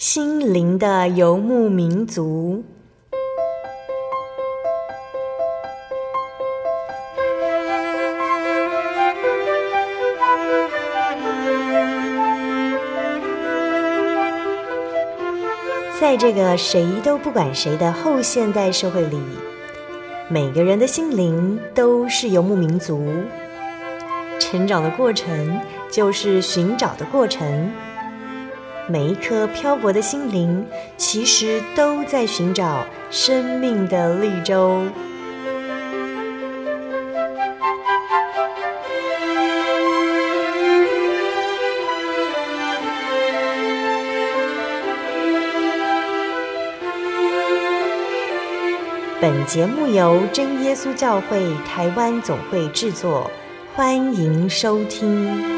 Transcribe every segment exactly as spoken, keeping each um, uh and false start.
心灵的游牧民族。在这个谁都不管谁的后现代社会里，每个人的心灵都是游牧民族。成长的过程就是寻找的过程，每一颗漂泊的心灵其实都在寻找生命的绿洲。本节目由真耶稣教会台湾总会制作，欢迎收听。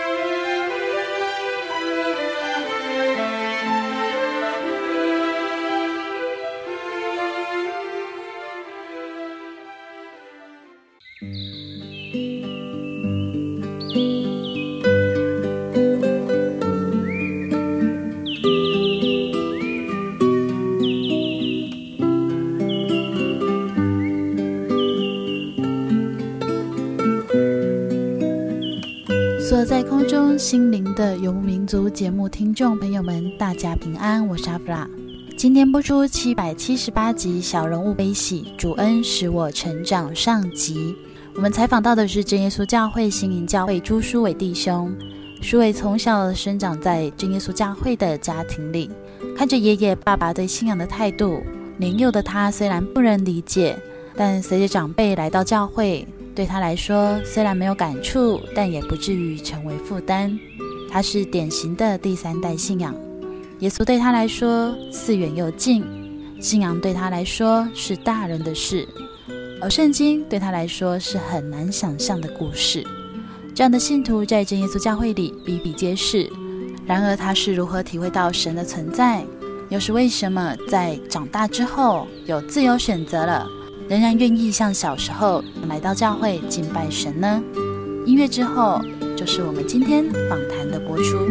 所在空中心灵的游牧民族节目听众朋友们，大家平安，我是阿弗拉。今天播出七百七十八集小人物悲喜，主恩使我成长上集。我们采访到的是真耶稣教会新营教会朱书伟弟兄。书伟从小生长在真耶稣教会的家庭里，看着爷爷爸爸对信仰的态度，年幼的他虽然不能理解，但随着长辈来到教会，对他来说虽然没有感触，但也不至于成为负担。他是典型的第三代信仰，耶稣对他来说似远又近，信仰对他来说是大人的事，而圣经对他来说是很难想象的故事。这样的信徒在真耶稣教会里比比皆是。然而他是如何体会到神的存在，又是为什么在长大之后有自由选择了，仍然愿意像小时候来到教会敬拜神呢？音乐之后就是我们今天访谈的播出。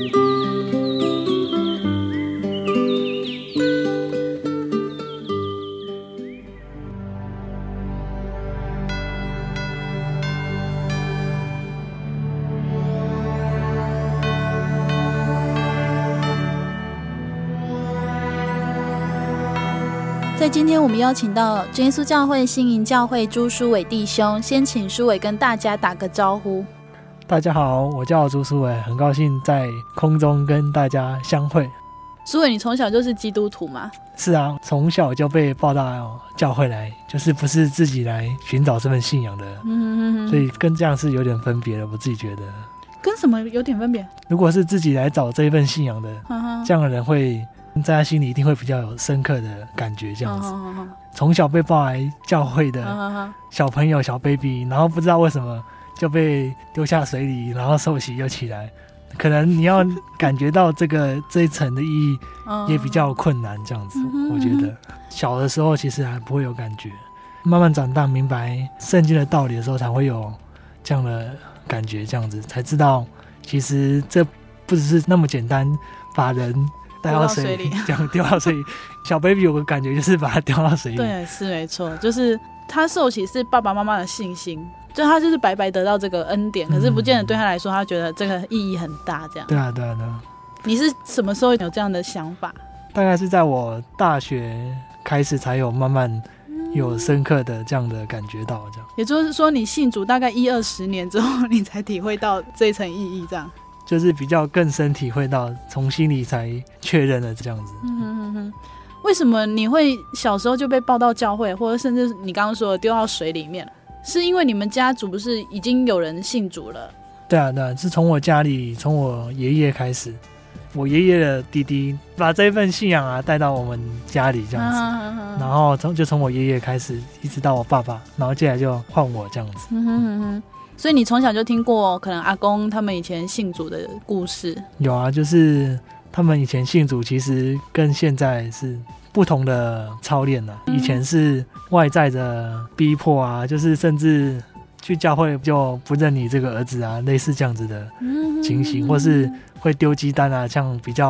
在今天我们邀请到真耶稣教会新营教会朱书伟弟兄，先请书伟跟大家打个招呼。 大家好，我叫朱书伟，很高兴在空中跟大家相会。 书伟，你从小就是基督徒吗？ 是啊，从小就被报到教会来，就是不是自己来寻找这份信仰的，嗯哼哼，所以跟这样是有点分别的，我自己觉得。 跟什么有点分别？ 如果是自己来找这一份信仰的，呵呵，这样的人会在他心里一定会比较有深刻的感觉，这样子。从小被抱来教会的小朋友小 baby， 然后不知道为什么就被丢下水里，然后受洗又起来，可能你要感觉到这个这一层的意义也比较困难，这样子。我觉得小的时候其实还不会有感觉，慢慢长大明白圣经的道理的时候才会有这样的感觉，这样子才知道其实这不只是那么简单把人带到水里，这样丢到水里。小 baby 有个感觉就是把它丢到水里。 对，是没错，就是他受洗是爸爸妈妈的信心，就他就是白白得到这个恩典，可是不见得对他来说，他觉得这个意义很大。这样。 对啊，对啊，对啊。 你是什么时候有这样的想法？ 大概是在我大学开始才有慢慢有深刻的这样的感觉到，这样。 也就是说，你信主大概一二十年之后，你才体会到这一层意义，这样。 就是比较更深体会到，从心里才确认了这样子。嗯哼哼哼。为什么你会小时候就被抱到教会，或者甚至你刚刚说的丢到水里面？是因为你们家族不是已经有人信主了？ 对啊，对啊，是从我家里，从我爷爷开始，我爷爷的弟弟把这一份信仰啊带到我们家里这样子，啊啊啊、然后从就从我爷爷开始，一直到我爸爸，然后接下来就换我这样子。嗯哼哼哼。所以你从小就听过可能阿公他们以前信主的故事？ 有啊，就是他们以前信主其实跟现在是不同的操练啊。以前是外在的逼迫啊，就是甚至去教会就不认你这个儿子啊，类似这样子的情形，或是会丢鸡蛋啊，像比较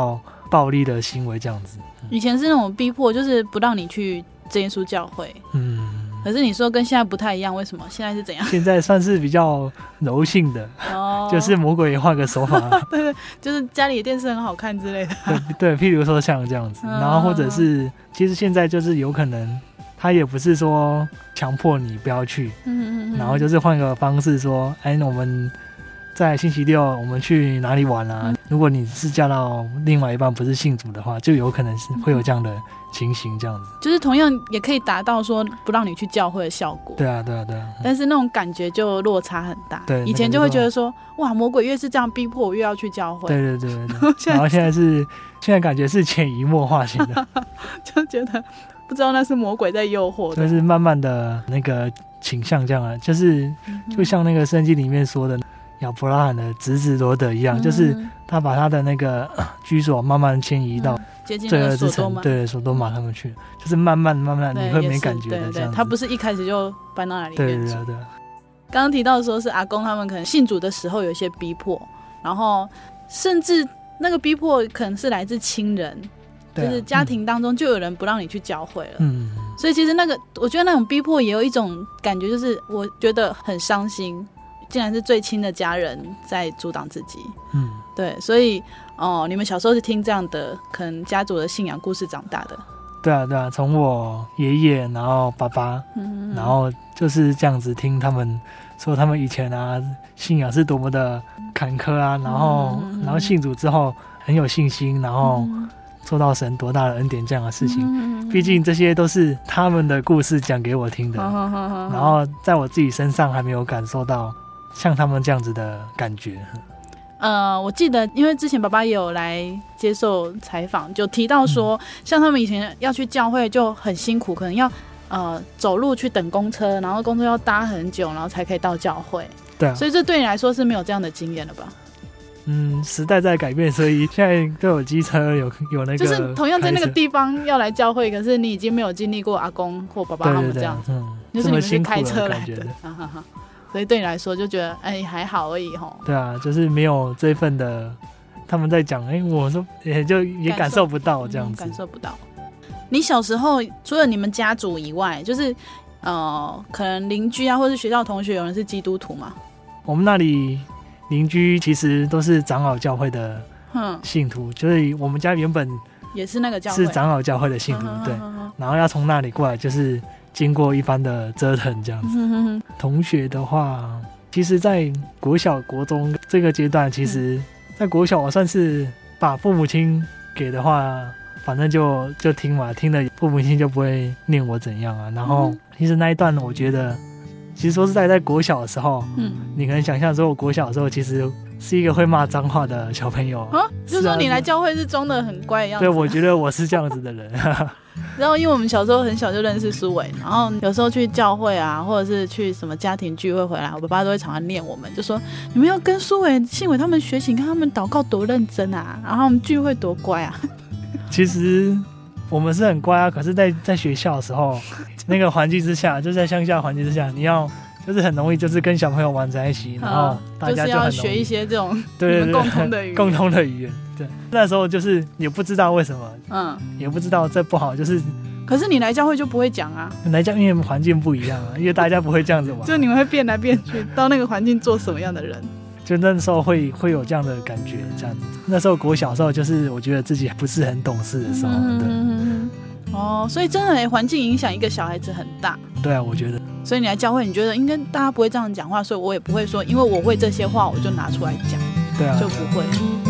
暴力的行为这样子。 以前是那种逼迫，就是不让你去真耶稣教会。嗯，可是你说跟现在不太一样，为什么？现在是怎样？ 现在算是比较柔性的，哦，就是魔鬼也换个手法， 对对，就是家里的电视很好看之类的。 对对，譬如说像这样子，然后或者是，其实现在就是有可能，他也不是说强迫你不要去，嗯嗯嗯，然后就是换个方式说，哎，我们在星期六我们去哪里玩啊？嗯，如果你是嫁到另外一半不是信主的话，就有可能是会有这样的情形，这样子， 就是同样也可以达到说不让你去教会的效果。 对啊，对啊，对啊。 但是那种感觉就落差很大。对，以前就会觉得说，哇，魔鬼越是这样逼迫我，越要去教会。 对对对对对。然后现在是，现在感觉是潜移默化型的， 就觉得不知道那是魔鬼在诱惑的。 就是慢慢的那个倾向这样啊，就是就像那个圣经里面说的。亚伯拉罕的侄子罗德一样，嗯，就是他把他的那个、呃、居所慢慢迁移到罪恶之城，对，索多玛他们去，就是慢慢慢慢你会没感觉的这样子。对对， 他不是一开始就搬到哪里对对对对。 刚刚提到说是阿公他们可能信主的时候有一些逼迫，然后甚至那个逼迫可能是来自亲人，啊，就是家庭当中就有人不让你去教会了。嗯，所以其实那个我觉得那种逼迫也有一种感觉，就是我觉得很伤心。竟然是最亲的家人在阻挡自己，嗯，对，所以哦，你们小时候是听这样的可能家族的信仰故事长大的？ 对啊，对啊，从我爷爷，然后爸爸，嗯，然后就是这样子听他们说，他们以前啊信仰是多么的坎坷啊，然后，嗯，然后信主之后很有信心，然后受到神多大的恩典这样的事情。嗯，毕竟这些都是他们的故事讲给我听的，嗯，然后在我自己身上还没有感受到像他们这样子的感觉。 呃，我记得因为之前爸爸也有来接受采访，就提到说，嗯，像他们以前要去教会就很辛苦，可能要呃走路去等公车，然后公车要搭很久，然后才可以到教会。 对啊， 所以这对你来说是没有这样的经验了吧？ 嗯，时代在改变，所以现在都有机车，有有那个， 就是同样在那个地方要来教会，可是你已经没有经历过阿公或爸爸他们这样子，对对对，嗯，就是你们是开车来的，的哈哈哈，所以对你来说就觉得哎还好而已吼。 对啊，就是没有这份的，他们在讲，哎，我说也就也感受不到这样子， 嗯，感受不到。你小时候除了你们家族以外，就是呃可能邻居啊，或是学校同学有人是基督徒吗？ 我们那里邻居其实都是长老教会的信徒，嗯，就是我们家原本也是那个教会， 是长老教会的信徒，嗯，对，嗯，然后要从那里过来，就是经过一番的折腾这样子。嗯，哼哼，同学的话，其实在国小国中这个阶段，其实在国小我算是把父母亲给的话反正就就听嘛，听了父母亲就不会念我怎样啊。然后其实那一段我觉得其实说实在在国小的时候，嗯，你可能想象说我国小的时候其实是一个会骂脏话的小朋友啊， 就是说你来教会是装得很乖的样子。 对，我觉得我是这样子的人。 然后因为我们小时候很小就认识苏伟，然后有时候去教会啊，或者是去什么家庭聚会回来，我爸爸都会常常念我们，就说你们要跟苏伟、信伟他们学习，你看他们祷告多认真啊，然后他们聚会多乖啊。 其实我们是很乖啊，可是在在学校的时候那个环境之下，就是在乡下环境之下，你要就是很容易就是跟小朋友玩在一起，然后大家就很容易、就是、要学一些这种对你们共同的语言共同的语言。对，那时候就是也不知道为什么，嗯，也不知道这不好，就是可是你来教会就不会讲啊， 来教因为环境不一样啊，因为大家不会这样子玩， 就你们会变来变去，到那个环境做什么样的人， 就那时候会会有这样的感觉，这样子。那时候国小的时候，就是我觉得自己不是很懂事的时候，嗯、对。 哦，所以真的环境影响一个小孩子很大。 对啊，我觉得。 所以你来教会，你觉得应该大家不会这样讲话，所以我也不会说，因为我会这些话，我就拿出来讲。 对啊， 就不会。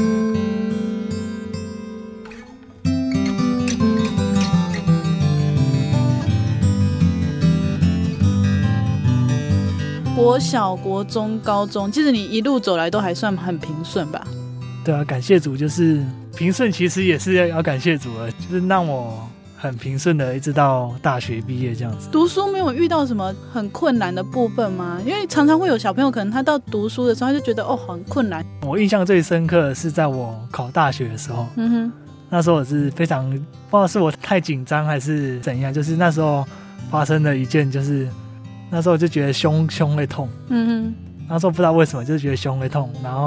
国小、国中、高中，其实你一路走来都还算很平顺吧？ 对啊，感谢主，就是平顺，其实也是要要感谢主了，就是让我很平顺的一直到大学毕业这样子。 读书没有遇到什么很困难的部分吗？因为常常会有小朋友可能他到读书的时候他就觉得哦很困难。 我印象最深刻的是在我考大学的时候，嗯哼，那时候我是非常不知道是我太紧张还是怎样，就是那时候发生了一件，就是那时候就觉得胸胸会痛，嗯哼，那时候不知道为什么就是觉得胸会痛，然后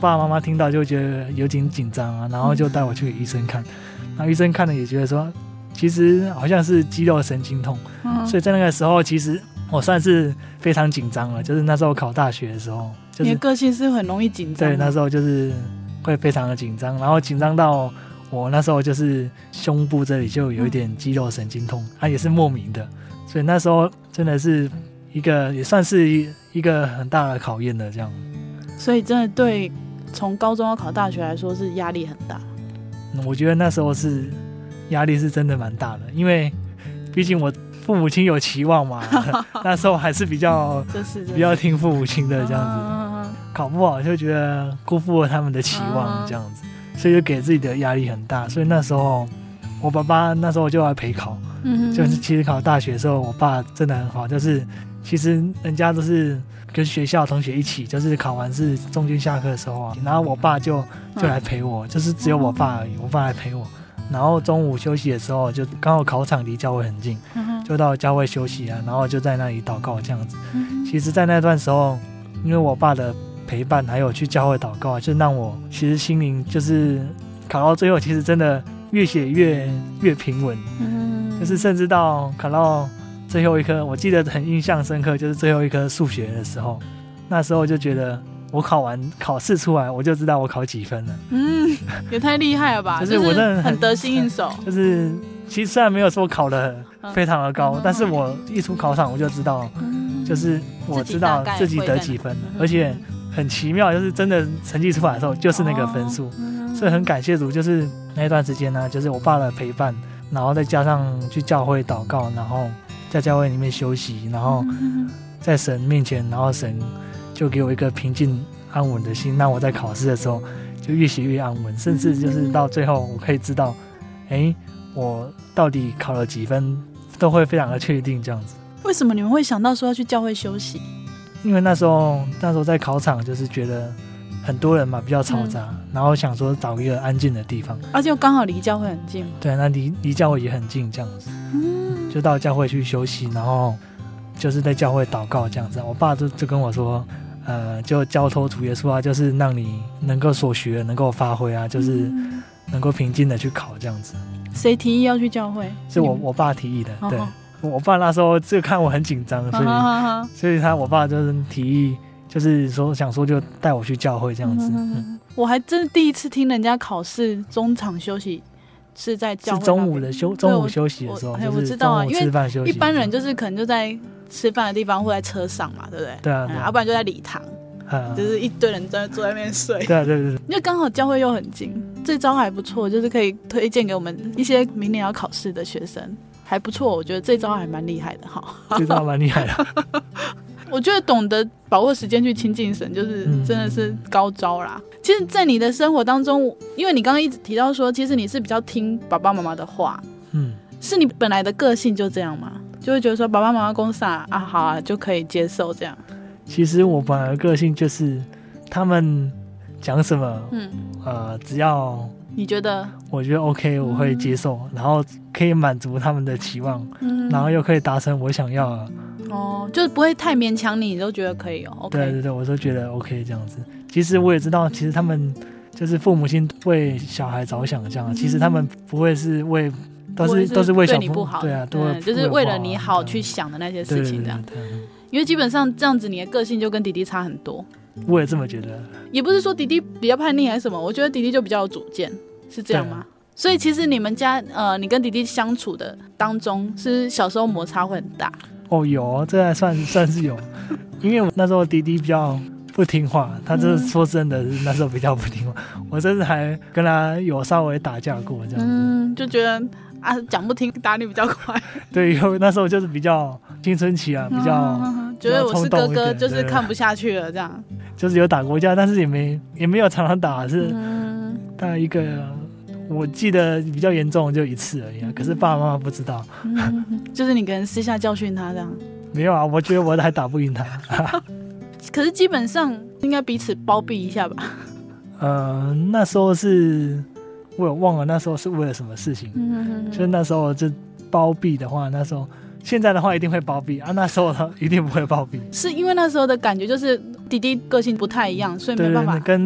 爸爸妈妈听到就会觉得有点紧张啊，然后就带我去给医生看，然后医生看了也觉得说其实好像是肌肉神经痛、嗯、所以在那个时候其实我算是非常紧张了，就是那时候考大学的时候、就是、 你的个性是很容易紧张， 对，那时候就是会非常的紧张，然后紧张到我那时候就是胸部这里就有一点肌肉神经痛，它、嗯啊、也是莫名的，所以那时候真的是一个也算是一个很大的考验的这样。 所以真的对从高中要考大学来说是压力很大。 我觉得那时候是压力是真的蛮大的，因为毕竟我父母亲有期望嘛那时候还是比较比较听父母亲的这样子，考不好就觉得辜负了他们的期望这样子，所以就给自己的压力很大。所以那时候我爸爸那时候就要陪考，就是其实考大学的时候我爸真的很好，就是其实人家都是跟学校同学一起，就是考完试中间下课的时候啊，然后我爸就就来陪我，就是只有我爸而已，我爸来陪我，然后中午休息的时候就刚好考场离教会很近，就到教会休息啊，然后就在那里祷告这样子。其实在那段时候因为我爸的陪伴还有去教会祷告，就让我其实心灵就是考到最后其实真的越写越越平稳，就是甚至到考到最后一科我记得很印象深刻，就是最后一科数学的时候，那时候就觉得我考完考试出来我就知道我考几分了。嗯， 也太厉害了吧就是我真的 很, 很得心应手， 就是其实虽然没有说考得非常的高、嗯、但是我一出考场我就知道、嗯、就是我知道自己得几分了、嗯、而且很奇妙，就是真的成绩出来的时候就是那个分数、哦嗯、所以很感谢主，就是那段时间呢，就是我爸的陪伴，然后再加上去教会祷告，然后在教会里面休息，然后在神面前，然后神就给我一个平静安稳的心，让我在考试的时候就越写越安稳，甚至就是到最后我可以知道哎，我到底考了几分都会非常的确定这样子。 为什么你们会想到说要去教会休息？ 因为那时候那时候在考场就是觉得很多人嘛比较嘈杂、嗯、然后想说找一个安静的地方， 而且又刚好离教会很近。 对，那离离教会也很近这样子、嗯、就到教会去休息，然后就是在教会祷告这样子。我爸就就跟我说呃，就交托主耶稣啊，就是让你能够所学能够发挥啊，就是能够平静的去考这样子。 谁提议要去教会？ 是我我爸提议的。对，我爸那时候就看我很紧张，所以、哦、所以他我爸就是提议，就是说想说就带我去教会这样子、嗯嗯、 我还真第一次听人家考试中场休息是在教会， 是中午的休中午休息的时候， 我我知道啊，因为一般人就是可能就在吃饭的地方或在车上嘛，对不对？ 对啊，对啊、 嗯、要不然就在礼堂、啊、就是一堆人在坐在那边睡。 对啊，对对对， 因为刚好教会又很近，这招还不错，就是可以推荐给我们一些明年要考试的学生，还不错，我觉得这招还蛮厉害的哈。 这招蛮厉害的。 我觉得懂得把握时间去亲近神，就是真的是高招啦。嗯、其实，在你的生活当中，因为你刚刚一直提到说，其实你是比较听爸爸妈妈的话，嗯，是你本来的个性就这样吗？就会觉得说爸爸妈妈公啥啊好啊就可以接受这样。 其实我本来的个性就是他们讲什么，嗯，呃，只要你觉得我觉得 OK 我会接受、嗯、然后可以满足他们的期望、嗯、然后又可以达成我想要的哦，就是不会太勉强你，你都觉得可以哦。OK， 对对对，我都觉得 OK 这样子。其实我也知道，其实他们就是父母亲为小孩着想这样、嗯、其实他们不会是为都是都是为小对你不好， 对啊，都嗯、就是为了你好去想的那些事情这样。对对对对，因为基本上这样子，你的个性就跟弟弟差很多。我也这么觉得， 也不是说弟弟比较叛逆还是什么，我觉得弟弟就比较有主见，是这样吗？所以其实你们家呃，你跟弟弟相处的当中，是小时候摩擦会很大。哦， 有，这还算算是有，因为我那时候弟弟比较不听话，他就是说真的、嗯、那时候比较不听话，我甚至还跟他有稍微打架过这样子。 嗯，就觉得啊讲不听打你比较快。 对，因为那时候就是比较青春期啊，比较、 嗯、觉得我是哥哥就是看不下去了这样。 就是有打过架，但是也没也没有常常打，是大概一个、嗯、我记得比较严重就一次而已、啊、可是爸爸妈妈不知道、 嗯、就是你可能私下教训他这样。 没有啊，我觉得我还打不赢他。 可是基本上应该彼此包庇一下吧。 呃，那时候是我有忘了那时候是为了什么事情、嗯、就是那时候就包庇的话，那时候现在的话一定会包庇啊，那时候一定不会包庇。 是因为那时候的感觉就是弟弟个性不太一样，所以没办法。 对对对，跟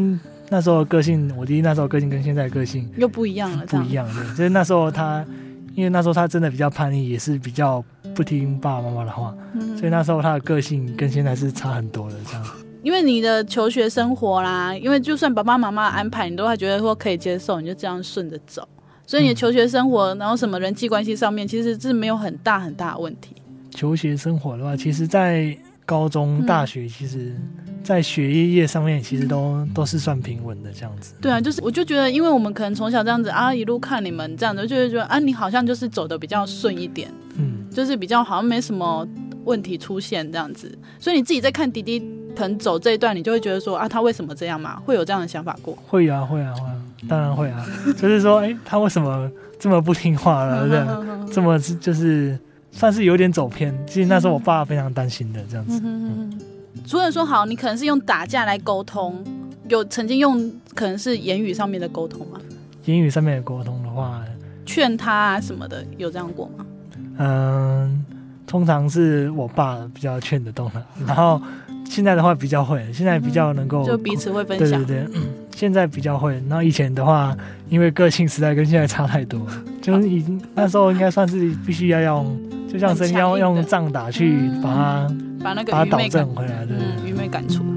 那时候个性，我弟弟那时候个性跟现在的个性又不一样了， 不一样的。就是那时候他，因为那时候他真的比较叛逆，也是比较不听爸爸妈妈的话，嗯、所以那时候他的个性跟现在是差很多的这样。 因为你的求学生活啦，因为就算爸爸妈妈安排，你都还觉得说可以接受，你就这样顺着走。所以你的求学生活，然后什么人际关系上面，其实是没有很大很大的问题。 求学生活的话，其实在高中、大学，其实在学业上面，其实都都是算平稳的这样子。 对啊，就是我就觉得，因为我们可能从小这样子啊，一路看你们这样子，就会觉得啊，你好像就是走的比较顺一点，嗯，就是比较好像没什么问题出现这样子。所以你自己在看弟弟可能走这一段，你就会觉得说啊，他为什么这样嘛？会有这样的想法过？ 会啊，会啊，会啊，当然会啊。就是说，哎、欸，他为什么这么不听话了？对，这么就是算是有点走偏。其实那时候我爸非常担心的这样子。嗯嗯、 除了说好，你可能是用打架来沟通，有曾经用可能是言语上面的沟通吗？ 言语上面的沟通的话， 劝他啊什么的，有这样过吗？ 嗯，通常是我爸比较劝得动的，然后。现在的话比较会，现在比较能够、嗯、 就彼此会分享。 对对对、嗯，现在比较会。然后以前的话，因为个性实在跟现在差太多，就是已经那时候应该算是必须要用，就像是要用杖打去把它、 嗯、把那个把它导正回来，对， 嗯，愚昧赶出。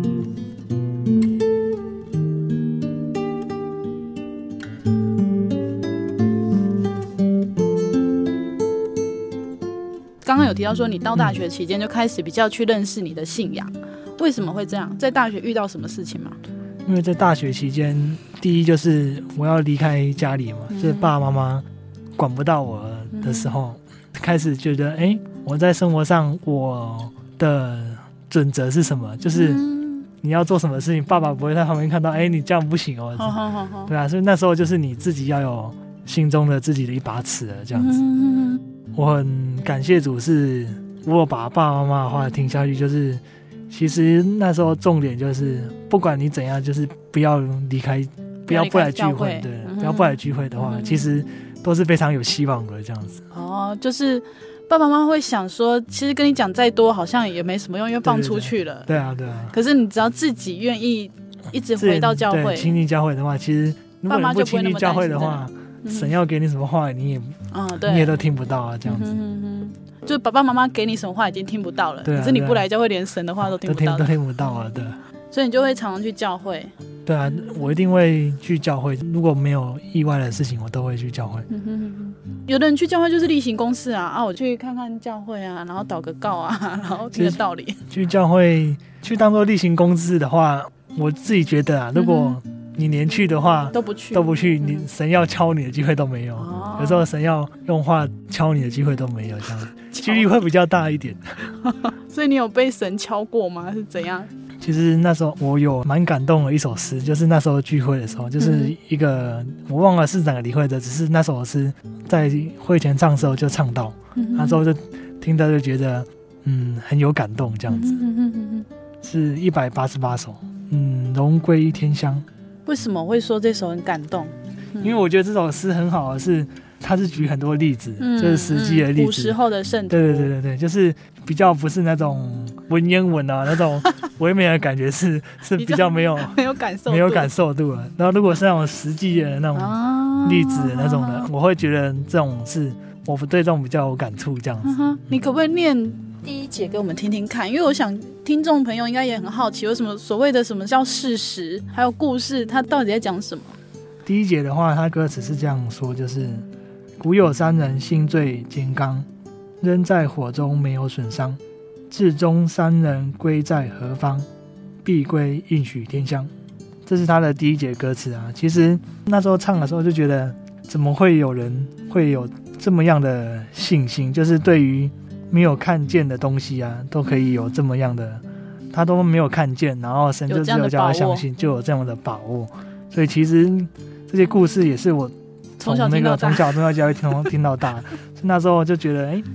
刚刚有提到说，你到大学期间就开始比较去认识你的信仰。为什么会这样？在大学遇到什么事情吗？ 因为在大学期间，第一就是我要离开家里嘛，嗯、就是爸爸妈妈管不到我的时候，嗯、开始觉得，哎、欸，我在生活上我的准则是什么？就是你要做什么事情，爸爸不会在旁边看到，哎、欸，你这样不行哦。好好好好对啊，所以那时候就是你自己要有心中的自己的一把尺了，这样子。嗯、我很感谢主是，我把爸爸妈妈的话听下去，就是。其实那时候重点就是，不管你怎样，就是不要离开，不要不来聚会，对，嗯、不要不来聚会的话，嗯、其实都是非常有希望的这样子。 哦，就是爸爸妈妈会想说，其实跟你讲再多，好像也没什么用，因为放出去了。 对, 对, 对, 对啊，对啊。 可是你只要自己愿意一直回到教会， 亲近教会的话，其实如果你不亲近教会的话，神要给你什么话，你也，嗯，对，你也都听不到啊，这样子。嗯哼哼就是爸爸妈妈给你什么话已经听不到了，啊、可是你不来教会，连神的话都听不到， 都 听, 都听不到了，对。 所以你就会常常去教会。 对啊，我一定会去教会。如果没有意外的事情，我都会去教会。嗯哼哼哼有的人去教会就是例行公事啊，啊，我去看看教会啊，然后祷个告啊，然后听个道理。 去教会去当做例行公事的话，我自己觉得啊，如果你连去的话都不去， 都不去，你神要敲你的机会都没有。哦、有时候神要用话敲你的机会都没有，这样子。几率会比较大一点。 所以你有被神敲过吗？是怎样？ 其实那时候我有蛮感动的一首诗，就是那时候聚会的时候，就是一个、嗯、我忘了是哪个理会的，只是那首诗在会前唱的时候就唱到，嗯、那时候就听到就觉得嗯很有感动这样子。嗯、哼哼哼是一百八十八首，嗯，荣归天乡。 为什么会说这首很感动？ 嗯、因为我觉得这首诗很好的是。他是举很多例子，嗯、就是实际的例子。 古时候的圣徒， 对对对对对，就是比较不是那种文言文啊，那种唯美的感觉是是比较没有没有感受没有感受度了。然后如果是那种实际的那种例子的那种的，啊、我会觉得这种是我对这种比较有感触这样子。 啊、你可不可以念第一节给我们听听看？因为我想听众朋友应该也很好奇，为什么所谓的什么叫事实，还有故事，它到底在讲什么？ 第一节的话，它歌词是这样说，就是。古有三人心最坚刚，扔在火中没有损伤。至终三人归在何方？必归应许天乡。这是他的第一节歌词啊。其实那时候唱的时候就觉得，怎么会有人会有这么样的信心？就是对于没有看见的东西啊，都可以有这么样的，他都没有看见，然后神就只有叫他相信，就有这样的把握。所以其实这些故事也是我。从那个从小从小教会听听到大，那时候就觉得哎、欸，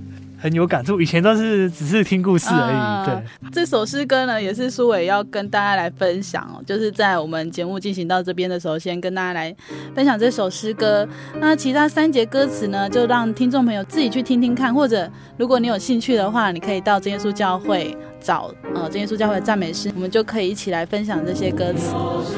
很有感触，以前都是只是听故事而已、嗯、 对，这首诗歌呢也是书伟要跟大家来分享哦，就是在我们节目进行到这边的时候，先跟大家来分享这首诗歌。那其他三节歌词呢，就让听众朋友自己去听听看，或者如果你有兴趣的话，你可以到真耶稣教会找呃真耶稣教会的赞美诗，我们就可以一起来分享这些歌词。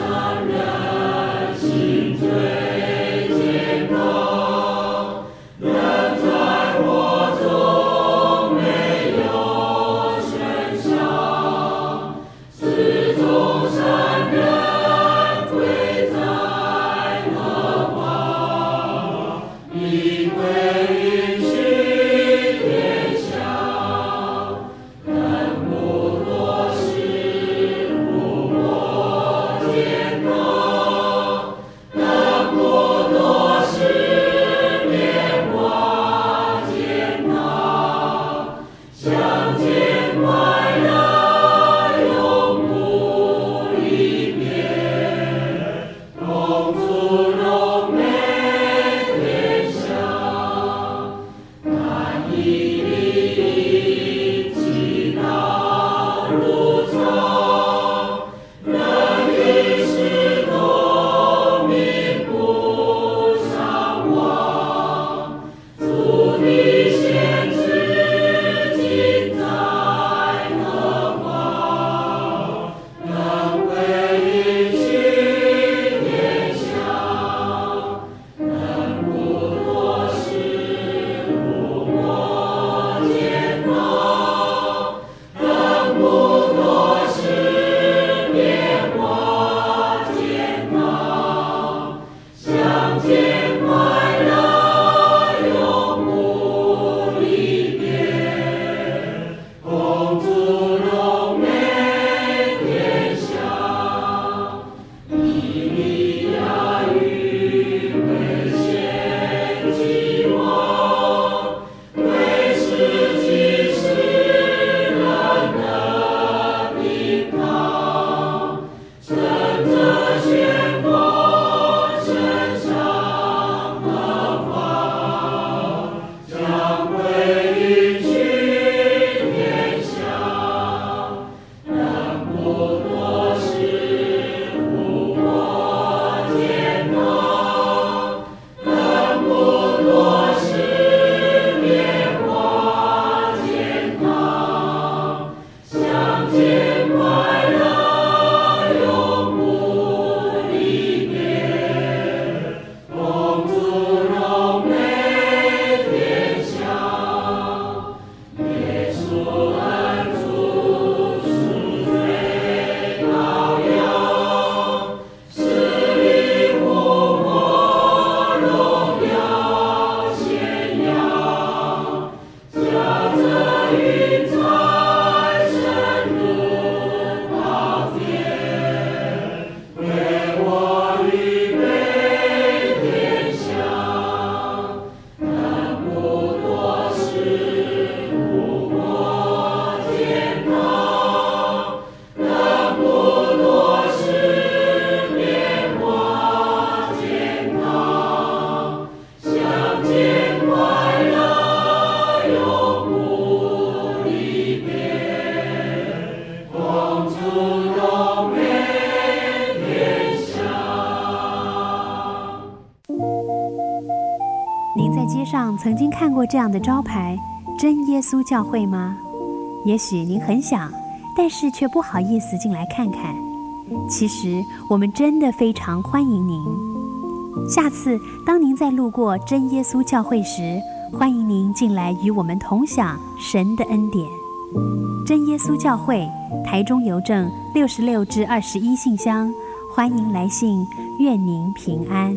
曾经看过这样的招牌真耶稣教会吗？也许您很想，但是却不好意思进来看看。其实我们真的非常欢迎您。下次当您在路过真耶稣教会时，欢迎您进来与我们同享神的恩典。真耶稣教会，台中邮政六十六至二十一信箱，欢迎来信，愿您平安。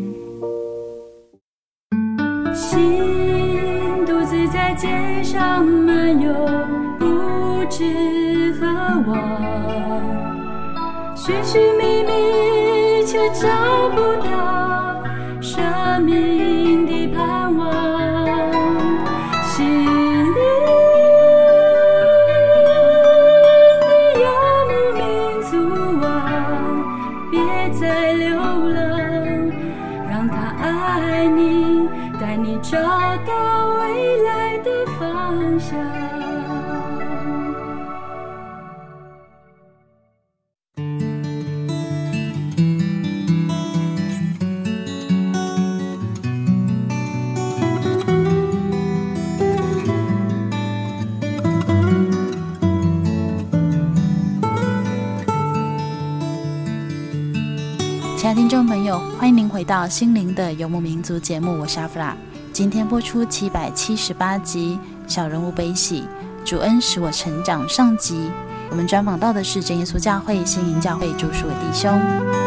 心独自在街上漫游，不知何往，寻寻觅觅却找不到生命的盼望，心灵的游牧民族啊，别再流浪，让他爱你，带你找到未来的方向。 亲爱的听众朋友，欢迎您回到心灵的游牧民族节目，我是阿弗拉。今天播出七百七十八集小人物悲喜，主恩使我成长上集。我们专访到的是真耶稣教会新营教会主属的弟兄。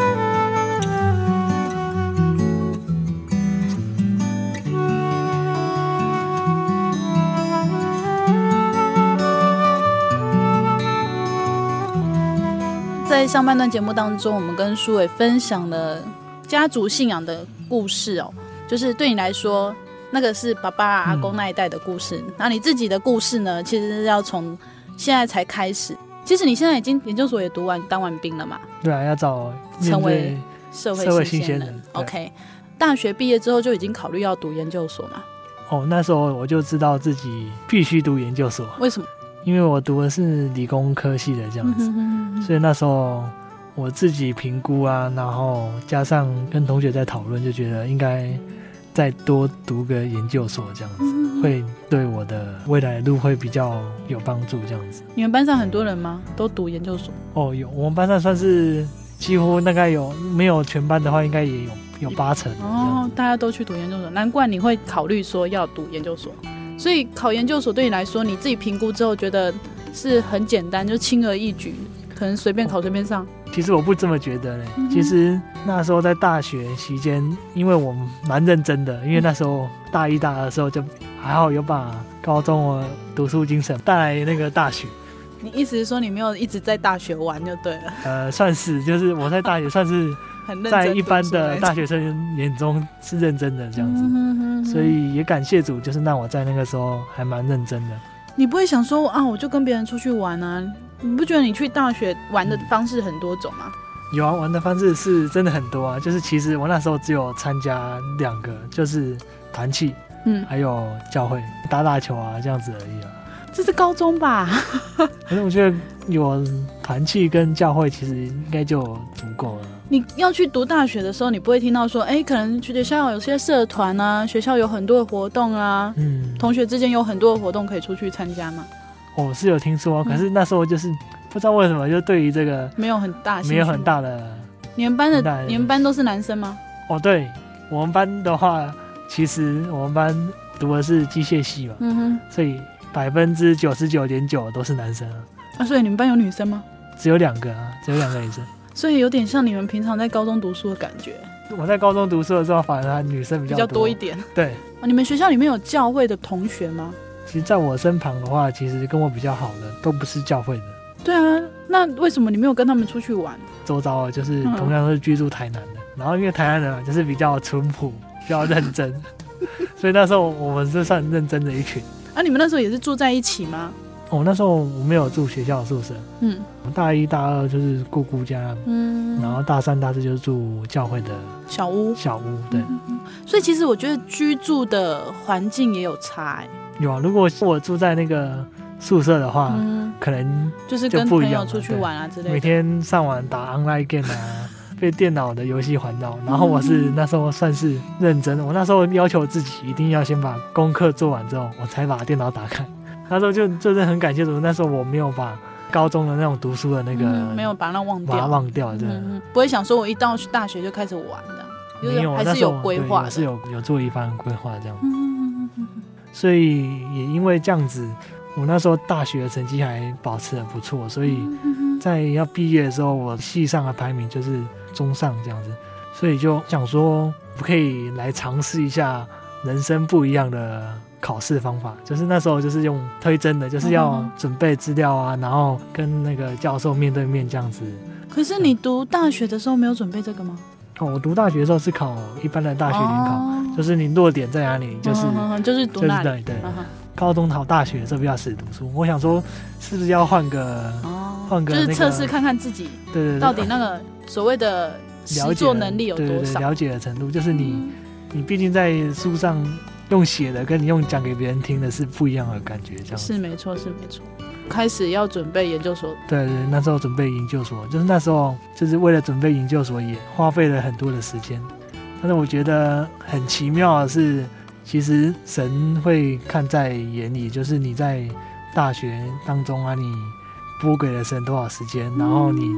在上半段节目当中，我们跟书伟分享了家族信仰的故事哦，就是对你来说，那个是爸爸阿公那一代的故事。嗯、那你自己的故事呢？其实是要从现在才开始。其实你现在已经研究所也读完，当完兵了嘛？ 对啊，要找成为社会新鲜人。 人 OK， 大学毕业之后就已经考虑要读研究所嘛？ 哦，那时候我就知道自己必须读研究所。 为什么？ 因为我读的是理工科系的这样子，嗯、所以那时候我自己评估啊，然后加上跟同学在讨论，就觉得应该再多读个研究所这样子，嗯、会对我的未来的路会比较有帮助这样子。 你们班上很多人吗？都读研究所？ 哦，有，我们班上算是几乎大概有，没有全班的话，应该也有有八成哦，大家都去读研究所，难怪你会考虑说要读研究所。所以考研究所对你来说，你自己评估之后觉得是很简单，就轻而易举，可能随便考随便上。 其实我不这么觉得嘞。嗯、其实那时候在大学期间，因为我蛮认真的，因为那时候大一大二的时候就还好有把高中我读书精神带来那个大学。 你意思是说你没有一直在大学玩就对了？ 呃，算是，就是我在大学算是在一般的大学生眼中是认真的这样子，嗯、所以也感谢主，就是让我在那个时候还蛮认真的。 你不会想说啊，我就跟别人出去玩啊？你不觉得你去大学玩的方式很多种吗？ 有啊，玩的方式是真的很多啊。就是其实我那时候只有参加两个，就是团契，嗯，还有教会打打球啊这样子而已啊。 这是高中吧？ 可是我觉得有团契跟教会其实应该就足够了。 你要去读大学的时候，你不会听到说，哎，可能学校有些社团啊，学校有很多的活动啊，嗯，同学之间有很多的活动可以出去参加吗？ 我、哦、是有听说，可是那时候就是不知道为什么，就对于这个没有很大， 没有很大的。 你们班的，的你们班都是男生吗？ 哦，对，我们班的话，其实我们班读的是机械系嘛，嗯哼，所以百分之九十九点九都是男生啊。 啊，所以你们班有女生吗？ 只有两个啊，只有两个女生。 所以有点像你们平常在高中读书的感觉。 我在高中读书的时候，反而女生比较多，比较多一点。 对、 啊，你们学校里面有教会的同学吗？ 其实在我身旁的话，其实跟我比较好的都不是教会的。 对啊，那为什么你没有跟他们出去玩？ 周遭就是同样是居住台南的，嗯、然后因为台南人就是比较淳朴，比较认真，所以那时候我们是算认真的一群。 啊，你们那时候也是住在一起吗？ 哦，那时候我没有住学校宿舍，嗯，我大一大二就是姑姑家，嗯，然后大三大四就是住教会的小屋， 小屋，对、嗯嗯。所以其实我觉得居住的环境也有差、欸， 有啊。如果我住在那个宿舍的话，嗯、可能就是跟朋友出去玩啊之类的， 每天上网打 online game 啊，被电脑的游戏环绕。然后我是那时候算是认真的，我那时候要求自己一定要先把功课做完之后，我才把电脑打开。那时候就就是很感谢主，那时候我没有把高中的那种读书的那个、嗯、 没有把那忘掉， 把它忘掉，真的、嗯、 不会想说我一到大学就开始玩的， 没有， 还是有规划的， 是有有做一番规划这样、嗯。所以也因为这样子，我那时候大学的成绩还保持得不错，所以在要毕业的时候，我系上的排名就是中上这样子，所以就想说不可以来尝试一下人生不一样的考试方法，就是那时候就是用推甄的，就是要准备资料啊，然后跟那个教授面对面这样子。 可是你读大学的时候没有准备这个吗？ 哦，我读大学的时候是考一般的大学联考、哦，就是你落点在哪里，就是、 嗯、就是读那里， 就是、对对、嗯。高中考大学的时候比较死读书，我想说是不是要换个换、哦、个、那个、 就是测试看看自己，对对对，到底那个所谓的实作能力有多少， 对对对，了解的程度，就是你、嗯、你毕竟在书上用写的跟你用讲给别人听的是不一样的感觉，这样是没错，是没错。开始要准备研究所， 对对，那时候准备研究所，就是那时候就是为了准备研究所也花费了很多的时间。但是我觉得很奇妙的是，其实神会看在眼里，就是你在大学当中啊，你拨给了神多少时间，然后你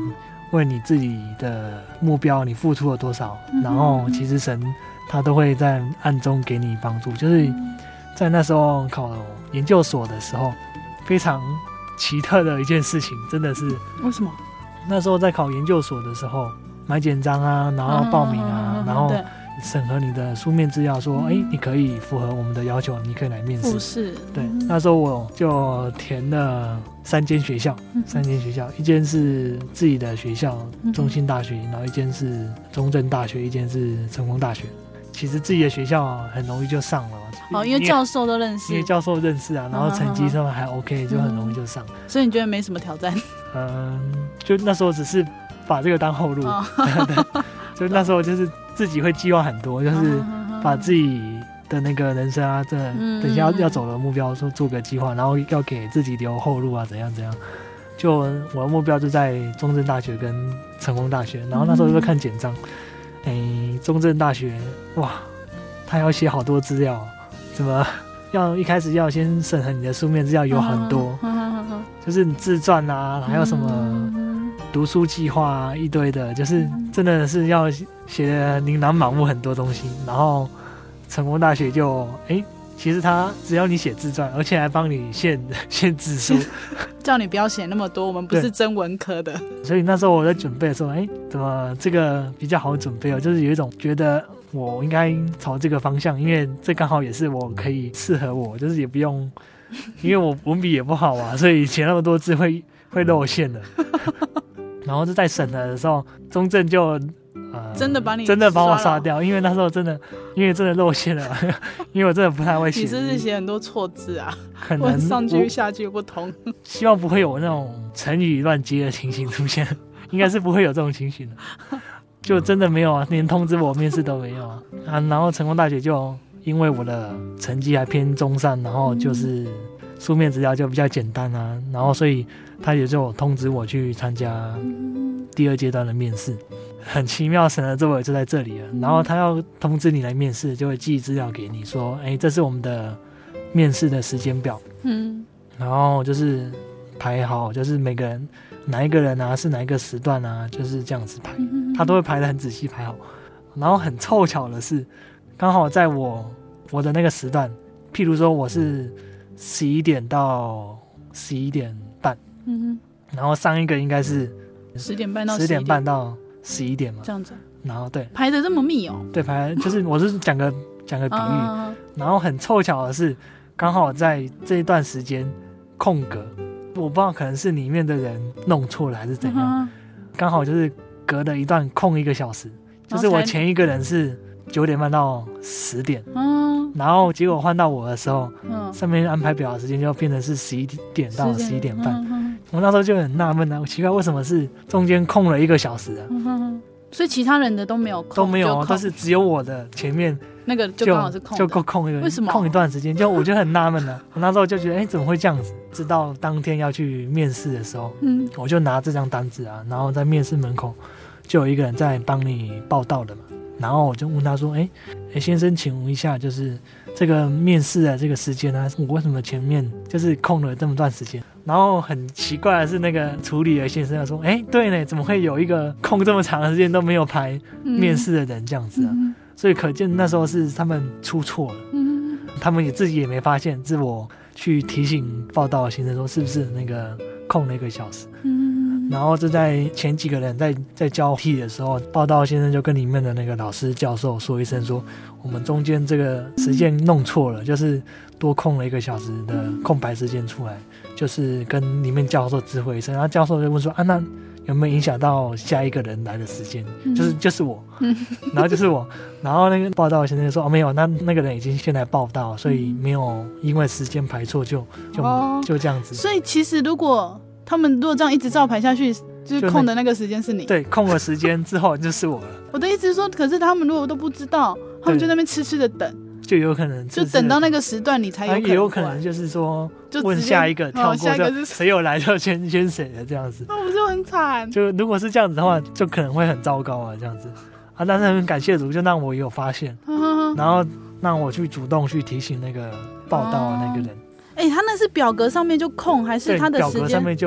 为你自己的目标你付出了多少，嗯、然后其实神他都会在暗中给你帮助。就是在那时候考研究所的时候，非常奇特的一件事情，真的是。 为什么？ 那时候在考研究所的时候，买简章啊，然后报名啊，然后审核你的书面资料，说，哎、嗯，你可以符合我们的要求，你可以来面试。 是， 对，那时候我就填了三间学校，嗯、三间学校，一间是自己的学校，中兴大学，然后一间是中正大学，一间是成功大学。其实自己的学校很容易就上了， 哦，因为教授都认识， 因为教授认识啊，然后成绩上还 OK，、嗯、就很容易就上。 所以你觉得没什么挑战？ 嗯，就那时候只是把这个当后路，哦、对，就那时候就是自己会计划很多，就是把自己的那个人生啊，这等一下要要走的目标说做个计划，然后要给自己留后路啊，怎样怎样。就我的目标就在中正大学跟成功大学，然后那时候就看简章。哎、欸，中正大学哇，他要写好多资料，怎么要一开始要先审核你的书面资料有很多，就是你自传啊，还有什么读书计划啊，一堆的，就是真的是要写的琳琅满目很多东西。然后成功大学就哎、欸，其实他只要你写自传，而且还帮你限限字数， 叫你不要写那么多，我们不是真文科的。 所以那时候我在准备的时候，哎，怎么这个比较好准备哦？就是有一种觉得我应该朝这个方向，因为这刚好也是我可以适合我，就是也不用，因为我文笔也不好啊，所以写那么多字会会露馅的。然后就在审核的时候，中正就。呃、 真的把你真的把我刷掉，因为那时候真的，因为真的露馅了，因为我真的不太会写。 你是不是写很多错字啊？ 可能上句下句不同。 希望不会有那种成语乱接的情形出现，应该是不会有这种情形的。就真的没有啊，连通知我面试都没有啊。啊，然后成功大学就因为我的成绩还偏中上，然后就是书面资料就比较简单啊，然后所以他也就通知我去参加第二阶段的面试。很奇妙，神的作为就在这里了。然后他要通知你来面试，就会寄资料给你说，哎，这是我们的面试的时间表。嗯，然后就是排好，就是每个人哪一个人啊是哪一个时段啊，就是这样子排，他都会排得很仔细排好。然后很凑巧的是，刚好在我我的那个时段，譬如说我是十一点到十一点半，嗯，然后上一个应该是十点半到十点半到。十一点嘛， 这样子， 然后对排的这么密哦， 对排就是我是讲个讲个比喻，uh, 然后很凑巧的是，刚好在这一段时间空格，我不知道可能是里面的人弄错了还是怎样，刚、uh-huh. 好就是隔了一段空一个小时，就是我前一个人是九点半到十点，嗯、uh-huh. ，然后结果换到我的时候，嗯、uh-huh. ，上面安排表的时间就变成是十一点到十一点半。Uh-huh.我那时候就很纳闷啊，我奇怪为什么是中间空了一个小时啊？ 嗯、所以其他人的都没有空， 都没有，都是只有我的前面那个就刚好是空的， 就够空一个， 为什么空一段时间？就我就很纳闷啊。我那时候就觉得，哎，怎么会这样子？直到当天要去面试的时候，嗯，我就拿这张单子啊，然后在面试门口就有一个人在帮你报到的嘛。然后我就问他说，哎，哎，先生，请问一下，就是这个面试的这个时间啊，我为什么前面就是空了这么段时间？然后很奇怪的是，那个处理的先生他说，哎，对呢，怎么会有一个空这么长的时间都没有排面试的人这样子啊？嗯、所以可见那时候是他们出错了，嗯、他们也自己也没发现，是我去提醒报道的先生说，是不是那个空了一个小时？嗯然后就在前几个人在在交替的时候，报道先生就跟里面的那个老师教授说一声说，我们中间这个时间弄错了，就是多空了一个小时的空白时间出来，就是跟里面教授知会一声。然后教授就问说啊，那有没有影响到下一个人来的时间？就是就是我，然后就是我，然后那个报道先生就说哦没有，那那个人已经先来报道，所以没有因为时间排错就就、哦、就这样子。 所以其实如果他们如果这样一直照排下去，就是空的那个时间是你。 对，空的时间之后就是我了。 我的意思是说，可是他们如果都不知道，他们就在那边痴痴的等， 就有可能就等到那个时段你才有可能、啊。 也有可能就是说，就问下一个跳过，就谁有来就先先谁的这样子。 那我就很惨。 就如果是这样子的话，就可能会很糟糕啊，这样子啊。但是很感谢主，就让我有发现，然后让我去主动去提醒那个报道的那个人。 哎、欸，他那是表格上面就空，还是他的时间？ 表格上面就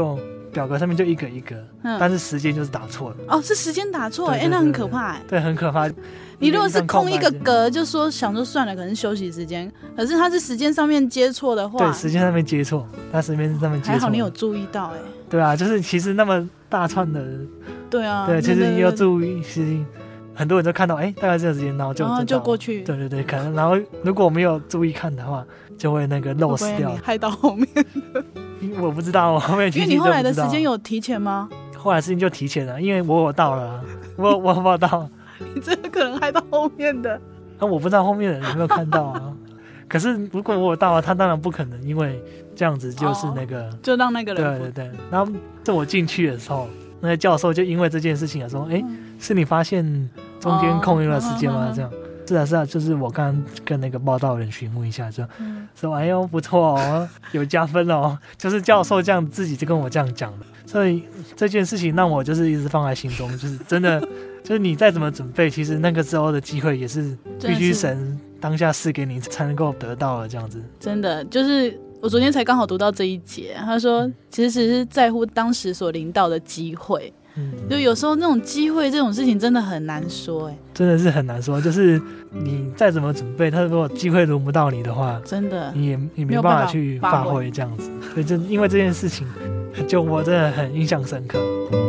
表格上面就一个一个，嗯、但是时间就是打错了。 哦，是时间打错，哎、欸，那很可怕哎。 对，很可怕。 你如果是空一个格，就说想说算了，可能休息时间。可是它是时间上面接错的话， 对，时间上面接错，它时间上面接错。 还好你有注意到哎、欸。 对啊，就是其实那么大串的， 对啊， 对，其实要注意，其实很多人都看到，哎、欸，大概这个时间，然后就然后就过去。 对对对，可能然后如果没有注意看的话，就会那个漏失掉， 害到后面的。 我不知道，我后面因为你后来的时间有提前吗？ 后来时间就提前了，因为我有到了、啊，我我报到。 你这个可能害到后面的。 那、啊、我不知道后面的人有没有看到啊。可是如果我有到了，他当然不可能，因为这样子就是那个，哦、 就让那个人。 对对对。然后在我进去的时候，那个教授就因为这件事情说：“哎、嗯，是你发现中间空余了时间吗？”哦、这样。是啊是啊，就是我刚刚跟那个报道人询问一下，就、嗯、说：“哎呦不错哦，有加分哦。”就是教授这样自己就跟我这样讲的，所以这件事情让我就是一直放在心中，就是真的。就是你再怎么准备，其实那个时候的机会也是必须神当下赐给你才能够得到的，这样子。 真的，就是我昨天才刚好读到这一节，他说、嗯、其实只是在乎当时所临到的机会。嗯，就有时候那种机会这种事情真的很难说、欸， 真的是很难说。就是你再怎么准备，他如果机会轮不到你的话， 真的你也你没办法去发挥这样子。所以就因为这件事情，就我真的很印象深刻。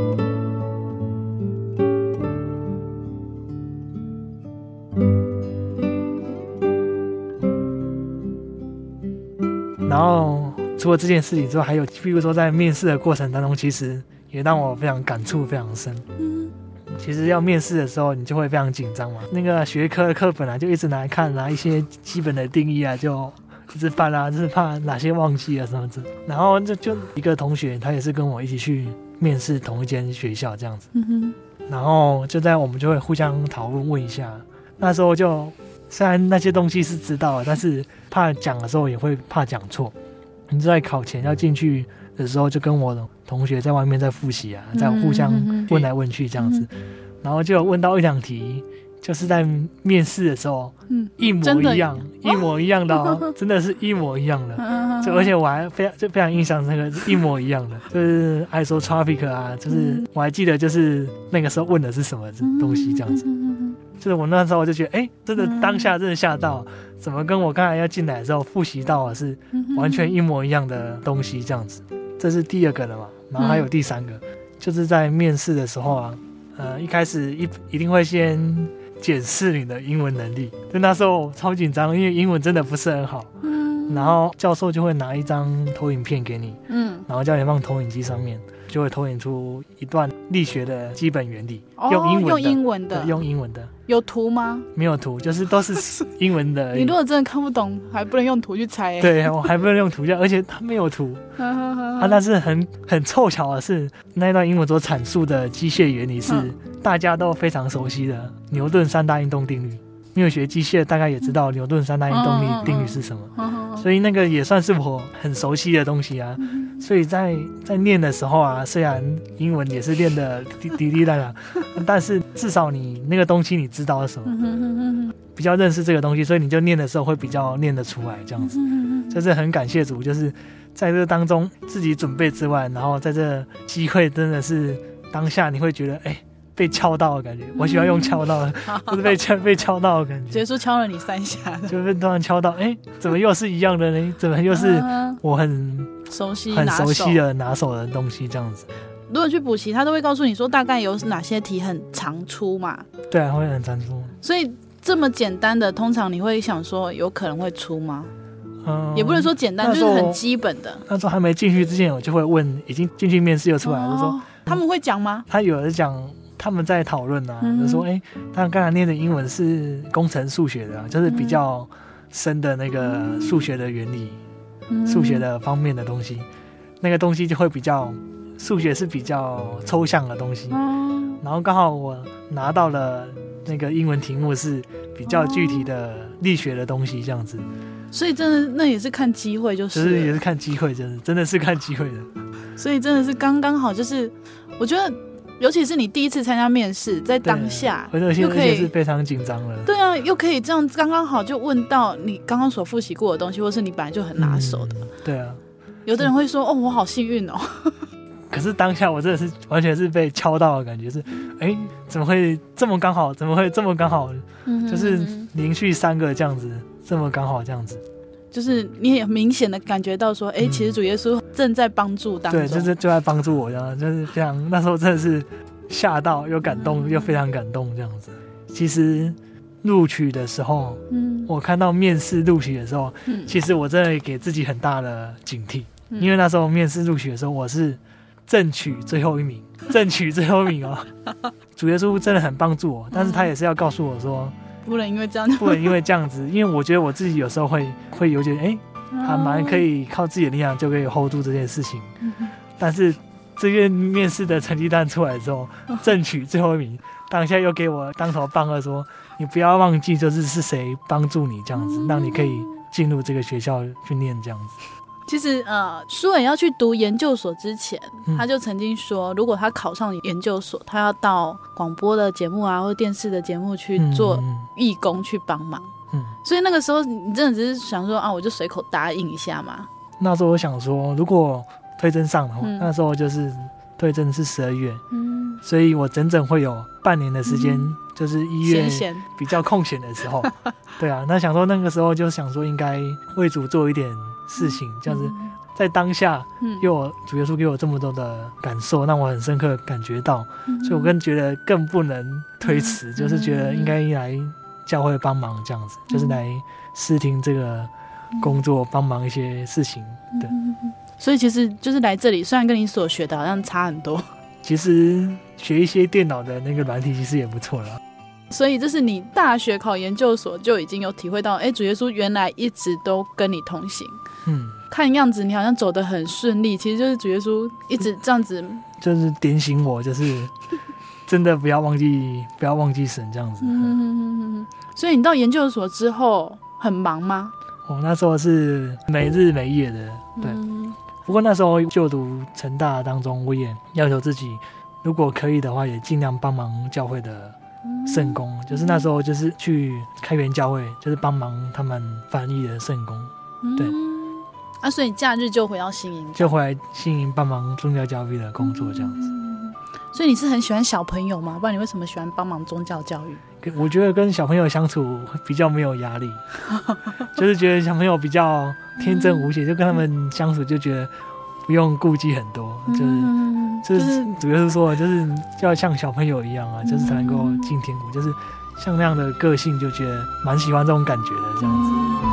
然后除了这件事情之外，还有比如说在面试的过程当中，其实也让我非常感触非常深。嗯，其实要面试的时候，你就会非常紧张嘛。那个学科的课本啊，就一直拿来看啊，一些基本的定义啊，就一直翻啊，就是怕哪些忘记啊什么的。然后就就一个同学，他也是跟我一起去面试同一间学校这样子。嗯哼。然后就在我们就会互相讨论问一下，那时候就。虽然那些东西是知道的，但是怕讲的时候也会怕讲错。你在考前要进去的时候，就跟我的同学在外面在复习啊，在互相问来问去这样子，嗯、然后就有问到一两题，就是在面试的时候，嗯，一模一样，一模一样的哦，真的是一模一样的。就而且我还非常就非常印象深刻，一模一样的，就是 isotropic 啊，就是我还记得就是那个时候问的是什么东西这样子。就是我那时候我就觉得，哎、欸，真的当下真的嚇到，怎么跟我刚才要进来的时候复习到的是完全一模一样的东西这样子。这是第二个了嘛，然后还有第三个，嗯、就是在面试的时候啊，呃，一开始一一定会先检视你的英文能力。就那时候超紧张，因为英文真的不是很好。嗯。然后教授就会拿一张投影片给你，嗯，然后叫你放投影机上面，就会投影出一段力学的基本原理， 哦、 用英文的， 用英文的， 用英文的。 有图吗？ 没有图，就是都是英文的而已。 你如果真的看不懂，还不能用图去猜、欸。 对，我还不能用图，而且它没有图。啊，但是很很凑巧的是，那一段英文所阐述的机械原理是大家都非常熟悉的牛顿三大运动定律。因为学机械大概也知道牛顿三大运动力定律是什么，所以那个也算是我很熟悉的东西啊。所以在在念的时候啊，虽然英文也是练的滴滴滴答答，但是至少你那个东西你知道是什么，比较认识这个东西，所以你就念的时候会比较念得出来这样子。就是很感谢主，就是在这当中自己准备之外，然后在这机会真的是当下你会觉得哎。欸被敲到的感觉，我喜欢用敲到的，嗯、就是被敲被敲到的感觉。 直接说敲了你三下的， 就被突然敲到，哎、欸，怎么又是一样的呢？怎么又是我很熟悉、 很熟悉的拿手的东西这样子？ 如果去补习，他都会告诉你说大概有哪些题很常出嘛。 对啊，会很常出。 所以这么简单的，通常你会想说有可能会出吗？嗯，也不能说简单，就是很基本的。 那时候还没进去之前，我就会问，已经进去面试又出来，我、哦、说他们会讲吗？ 他有人讲。他们在讨论啊，嗯、就说哎，他刚才念的英文是工程数学的、啊，就是比较深的那个数学的原理、嗯、数学的方面的东西，那个东西就会比较数学是比较抽象的东西，嗯、然后刚好我拿到了那个英文题目是比较具体的力学的东西，这样子。 所以真的那也是看机会，就是就是也是看机会，真的真的是看机会的。 所以真的是刚刚好，就是我觉得。尤其是你第一次参加面试，在当下又可以是非常紧张了。 对啊，又可以这样刚刚好就问到你刚刚所复习过的东西，或是你本来就很拿手的。 嗯、对啊， 有的人会说：“哦，我好幸运哦。” 可是当下我真的是完全是被敲到的感觉，是哎怎么会这么刚好，怎么会这么刚好，嗯、就是连续三个这样子，这么刚好这样子， 就是你也明显的感觉到说，哎、嗯，其实主耶稣正在帮助当中， 对，就是就在帮助我这样，就是非常那时候真的是吓到又感动、嗯、又非常感动这样子。其实录取的时候，嗯，我看到面试录取的时候，嗯，其实我真的给自己很大的警惕，嗯、因为那时候面试录取的时候，我是正取最后一名，正取最后一名哦。主耶稣真的很帮助我，但是他也是要告诉我说， 不能因为这样， 不能因为这样子，因为我觉得我自己有时候会会有觉得，哎，还蛮可以靠自己的力量就可以 hold 住这件事情，嗯、但是这个面试的成绩单出来之后，正取最后一名，当下又给我当头棒喝说，你不要忘记就是是谁帮助你这样子，让你可以进入这个学校去念这样子。 其实呃，舒尔要去读研究所之前，嗯、他就曾经说，如果他考上研究所，他要到广播的节目啊，或电视的节目去做义工去帮忙。嗯，所以那个时候你真的只是想说啊，我就随口答应一下嘛。 那时候我想说，如果推甄上的话，嗯、那时候就是推甄是十二月，嗯，所以我整整会有半年的时间，嗯、就是一月比较空闲的时候，对啊，那想说那个时候就想说应该为主做一点事情，这样子在当下，嗯，又有主耶稣给我这么多的感受，让我很深刻感觉到，嗯、所以我更觉得更不能推迟，嗯、就是觉得应该来教会帮忙这样子，嗯、就是来试听这个工作，帮忙一些事情，对。 所以其实就是来这里，虽然跟你所学的好像差很多， 其实学一些电脑的那个软体其实也不错啦。 所以这是你大学考研究所就已经有体会到，哎，主耶稣原来一直都跟你同行。嗯，看样子你好像走得很顺利，其实就是主耶稣一直这样子， 就是点醒我，就是真的不要忘记，不要忘记神这样子。 嗯，所以你到研究所之后很忙吗？ 我那时候是没日没夜的，对。嗯、不过那时候就读成大当中，我也要求自己，如果可以的话，也尽量帮忙教会的圣工，嗯、就是那时候就是去开源教会，就是帮忙他们翻译的圣工，嗯、对。 啊，所以假日就回到新营， 就回来新营帮忙宗教教育的工作这样子。 嗯、所以你是很喜欢小朋友吗？不然你为什么喜欢帮忙宗教教育？ 我觉得跟小朋友相处比较没有压力，就是觉得小朋友比较天真无邪，就跟他们相处就觉得不用顾忌很多，就是、嗯、就是主要是说就是要像小朋友一样啊，就是才能够进天国，就是像那样的个性，就觉得蛮喜欢这种感觉的这样子。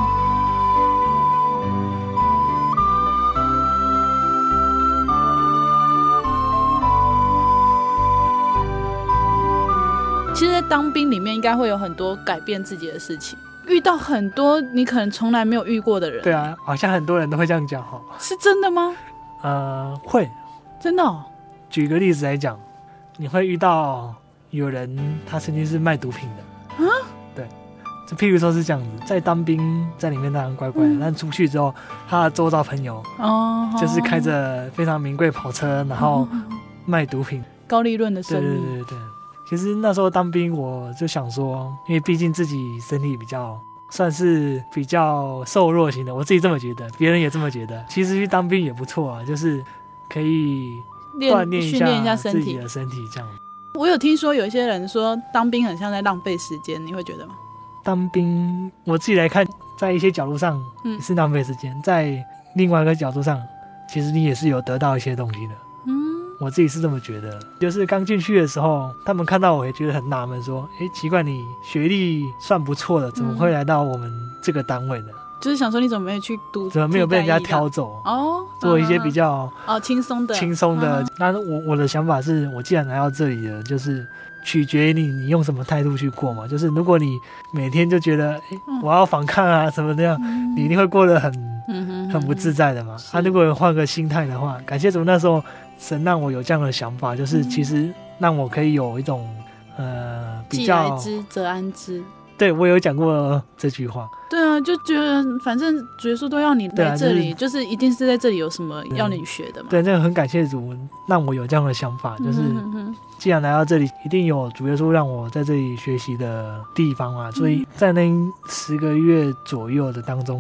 其实在当兵里面应该会有很多改变自己的事情，遇到很多你可能从来没有遇过的人。 对啊，好像很多人都会这样讲哈。 是真的吗？ 呃，会， 真的哦。 举个例子来讲，你会遇到有人他曾经是卖毒品的啊，对，就譬如说是这样子，在当兵在里面当然乖乖的，嗯、但出去之后，他的周遭朋友哦，就是开着非常名贵跑车，然后卖毒品， 高利润的生意。 对对对对。其实那时候当兵，我就想说，因为毕竟自己身体比较算是比较瘦弱型的，我自己这么觉得，别人也这么觉得。其实去当兵也不错啊，就是可以锻炼一下自己的身体这样。 我有听说有一些人说当兵很像在浪费时间，你会觉得吗？ 当兵我自己来看，在一些角度上是浪费时间，嗯、在另外一个角度上，其实你也是有得到一些东西的。我自己是这么觉得，就是刚进去的时候，他们看到我也觉得很纳闷，说：“哎，奇怪，你学历算不错的，怎么会来到我们这个单位呢？”嗯、 就是想说你怎么没有去读， 怎么没有被人家挑走哦？做一些比较哦轻松的轻松的。那、嗯、我我的想法是，我既然来到这里了，就是取决于你你用什么态度去过嘛。就是如果你每天就觉得哎我要反抗啊什么的样，嗯、你一定会过得很、嗯、很不自在的嘛。他、啊、如果换个心态的话，感谢主那时候。神让我有这样的想法，就是其实让我可以有一种呃比较既来之则安之。 对，我有讲过这句话。 对啊，就觉得反正主耶稣都要你来这里、啊就是，就是一定是在这里有什么要你学的嘛。 对，那个很感谢主让我有这样的想法，就是既然来到这里，一定有主耶稣让我在这里学习的地方啊。所以在那十个月左右的当中，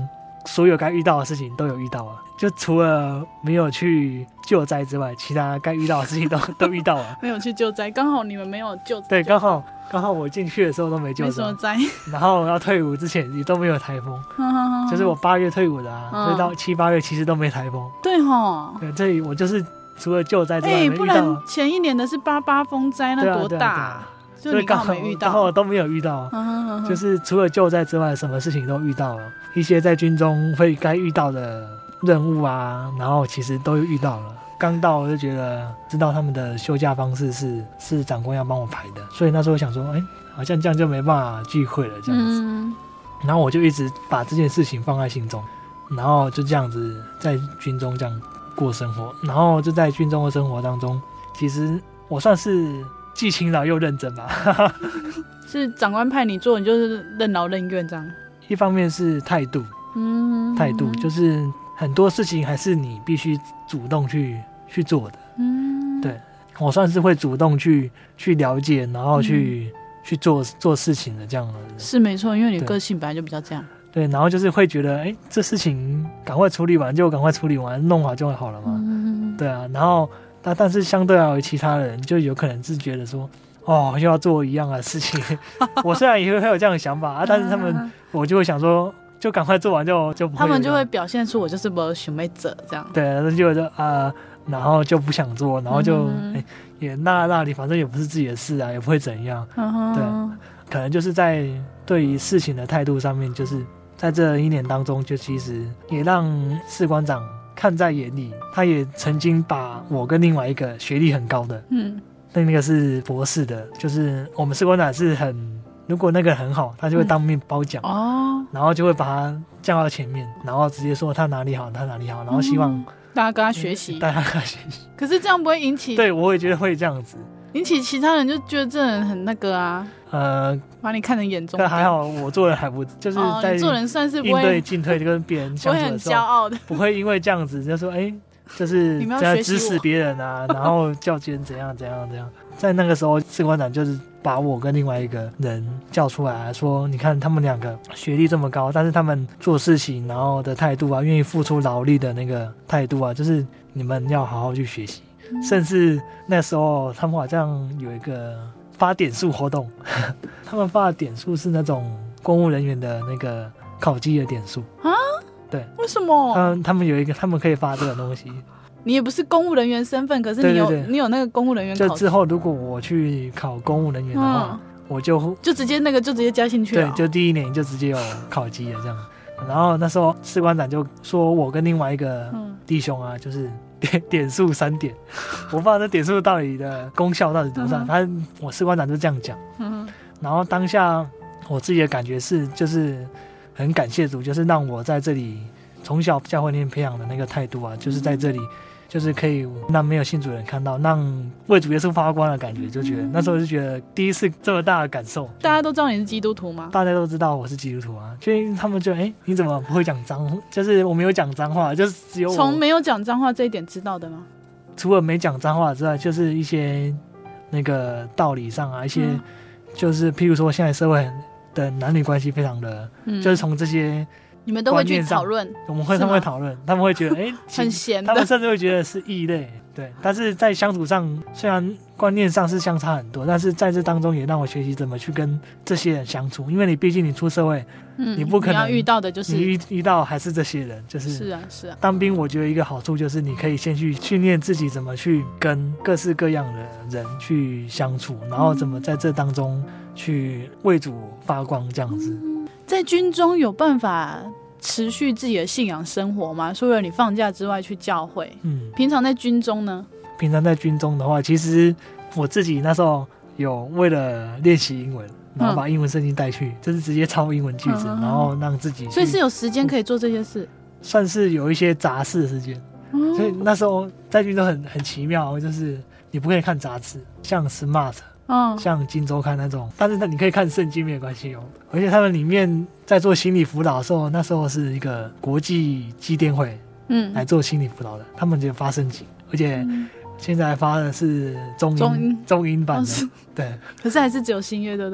所有该遇到的事情都有遇到了，就除了没有去救灾之外，其他该遇到的事情都都遇到了。 没有去救灾，刚好你们没有救灾。 对，刚好刚好我进去的时候都没救灾， 没什么灾。 然后要退伍之前也都没有台风，就是我八月退伍的啊，所以到七八月其实都没台风。 对齁， 对，这里我就是除了救灾之外没遇到。 欸，不然前一年的是八八风灾，那多大？啊啊啊就你刚好没遇到， 刚好都没有遇到，就是除了救灾之外，什么事情都遇到了。一些在军中会该遇到的任务啊，然后其实都遇到了。刚到我就觉得知道他们的休假方式是是长官要帮我排的，所以那时候想说，哎，好像这样就没办法聚会了这样子。嗯、然后我就一直把这件事情放在心中，然后就这样子在军中这样过生活。然后就在军中的生活当中，其实我算是既勤劳又认真吧。 是长官派你做，你就是任劳任怨这样。 一方面是态度，嗯，态度就是很多事情还是你必须主动去去做的。嗯，对，我算是会主动去去了解，然后去、嗯、去做做事情的这样的人。 是没错，因为你个性本来就比较这样。 对，然后就是会觉得，哎，这事情赶快处理完就赶快处理完，弄好就好了嘛。嗯，对啊，然后但但是相对而其他人就有可能是觉得说，哦，又要做一样的事情。我虽然也会有这样的想法啊，但是他们我就会想说，就赶快做完就就不会。 他们就会表现出我就是没想要做这样。 对，就就啊、呃，然后就不想做，然后就、嗯欸、也那那里，反正也不是自己的事啊，也不会怎样。嗯、对，可能就是在对于事情的态度上面，就是在这一年当中，就其实也让士官长看在眼里。他也曾经把我跟另外一个学历很高的，嗯。那个是博士的，就是我们士官长是很，如果那个很好，他就会当面褒奖、嗯、哦，然后就会把他叫到前面，然后直接说他哪里好，他哪里好，然后希望、嗯、 大家跟他学习， 大家跟他学习。 可是这样不会引起？对， 我也觉得会这样子， 引起其他人就觉得这人很那个啊，呃，把你看成眼中。 但还好我做人还不就是在、哦、 做人算是不会应对进退跟别人相处的时候， 不会很骄傲的， 不会因为这样子就说哎。欸就是在指使别人啊，然后叫别人怎样怎样怎样。在那个时候，士官长就是把我跟另外一个人叫出来说，你看他们两个学历这么高，但是他们做事情然后的态度啊，愿意付出劳力的那个态度啊，就是你们要好好去学习。嗯、甚至那时候他们好像有一个发点数活动，他们发的点数是那种公务人员的那个考绩的点数啊。对， 为什么？ 他们他们有一个，他们可以发这个东西。 你也不是公务人员身份，可是你有对对对你有那个公务人员考。 就之后如果我去考公务人员的话，嗯、我就就直接那个就直接加进去了。 对，就第一年就直接有考绩了这样。然后那时候士官长就说我跟另外一个弟兄啊，就是点点数三点，我不知道这点数到底的功效到底多少。嗯、他我士官长就这样讲。嗯、然后当下我自己的感觉是，就是很感谢主，就是让我在这里从小教会里面培养的那个态度啊，就是在这里。就是可以让没有信主的人看到，让为主耶稣发光的感觉，就觉得那时候就觉得第一次这么大的感受。 大家都知道你是基督徒吗？ 大家都知道我是基督徒啊，就他们就哎、欸，你怎么不会讲脏话？就是我没有讲脏话，就是只有我从没有讲脏话这一点知道的吗？ 除了没讲脏话之外，就是一些那个道理上啊，一些、嗯、就是譬如说现在社会的男女关系非常的，嗯、就是从这些。 你们都会去讨论， 我们会他们会讨论，他们会觉得哎、 欸、很闲的， 他们甚至会觉得是异类，对。但是在相处上，虽然观念上是相差很多，但是在这当中也让我学习怎么去跟这些人相处，因为你毕竟你出社会，嗯，你不可能你要遇到的就是你 遇, 遇到还是这些人，就是是啊是啊。 当兵我觉得一个好处就是你可以先去训练自己怎么去跟各式各样的人去相处，然后怎么在这当中去为主发光这样子。 在军中有办法持续自己的信仰生活吗？除了你放假之外去教会，嗯，平常在军中呢？ 平常在军中的话，其实我自己那时候有为了练习英文，然后把英文圣经带去，嗯、就是直接抄英文句子，嗯、然后让自己， 所以是有时间可以做这些事， 算是有一些杂事的时间。嗯、所以那时候在军中很很奇妙，就是你不可以看杂志，像 Smart。嗯，像金周刊那种，但是你可以看圣经没有关系哦。而且他们里面在做心理辅导的时候，那时候是一个国际基甸会，嗯，来做心理辅导的，他们就发圣经，而且现在发的是中英中英, 中英版的、哦，对。 可是还是只有新约，对不对？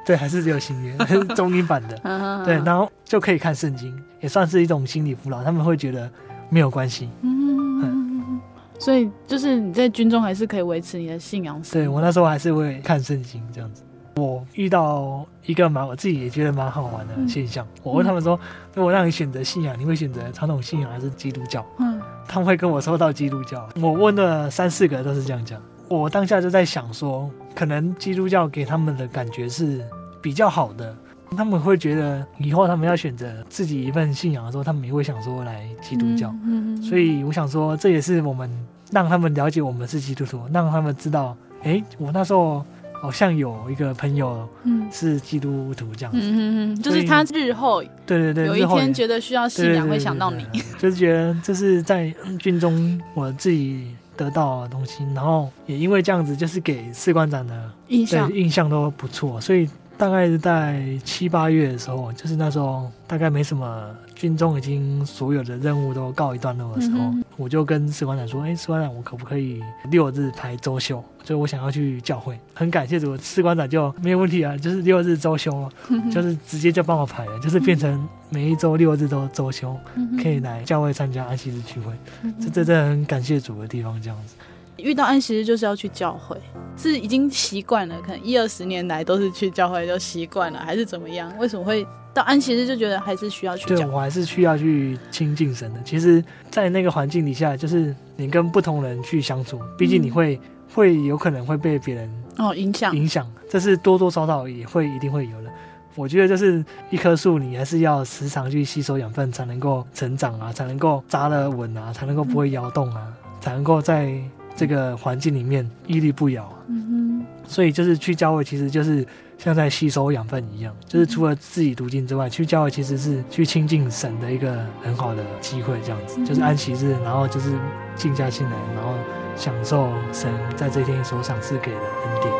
对，还是只有新约，是中英版的。对，然后就可以看圣经，也算是一种心理辅导。他们会觉得没有关系。嗯， 嗯所以就是你在军中还是可以维持你的信仰生活。 对，我那时候还是会看圣经这样子。我遇到一个蛮我自己也觉得蛮好玩的现象，嗯、我问他们说，如果让你选择信仰，你会选择传统信仰还是基督教？嗯，他们会跟我说到基督教。我问了三四个都是这样讲。我当下就在想说，可能基督教给他们的感觉是比较好的，他们会觉得以后他们要选择自己一份信仰的时候，他们也会想说来基督教。嗯嗯、所以我想说，这也是我们让他们了解我们是基督徒，让他们知道，哎，我那时候好像有一个朋友是基督徒这样子。嗯嗯， 就是他日后对对对， 有一天觉得需要信仰会想到你， 就是觉得这是在军中我自己得到的东西，然后也因为这样子，就是给士官长的印象印象都不错，所以大概是在七八月的时候，就是那时候大概没什么，军中已经所有的任务都告一段落的时候，嗯、我就跟士官长说：“哎，士官长，我可不可以六日排周休？所以我想要去教会。”很感谢主，士官长就没有问题啊，就是六日周休，嗯、就是直接就帮我排了，就是变成每一周六日都周休，嗯、可以来教会参加安息日聚会。嗯、这这真的很感谢主的地方，这样子。 遇到安息日就是要去教会，是已经习惯了，可能一二十年来都是去教会就习惯了，还是怎么样？为什么会到安息日就觉得还是需要去教会？ 对，我还是需要去亲近神的。其实在那个环境底下，就是你跟不同人去相处，毕竟你会、嗯、会有可能会被别人哦影响影响，这是多多少少也会一定会有的。我觉得就是一棵树，你还是要时常去吸收养分，才能够成长啊，才能够扎得稳啊，才能够不会摇动啊，嗯、才能够在这个环境里面屹立不摇。嗯哼，所以就是去教会，其实就是像在吸收养分一样，就是除了自己读经之外，去教会其实是去亲近神的一个很好的机会，这样子、嗯、就是安息日，然后就是静下心来，然后享受神在这一天所赏赐给的恩典。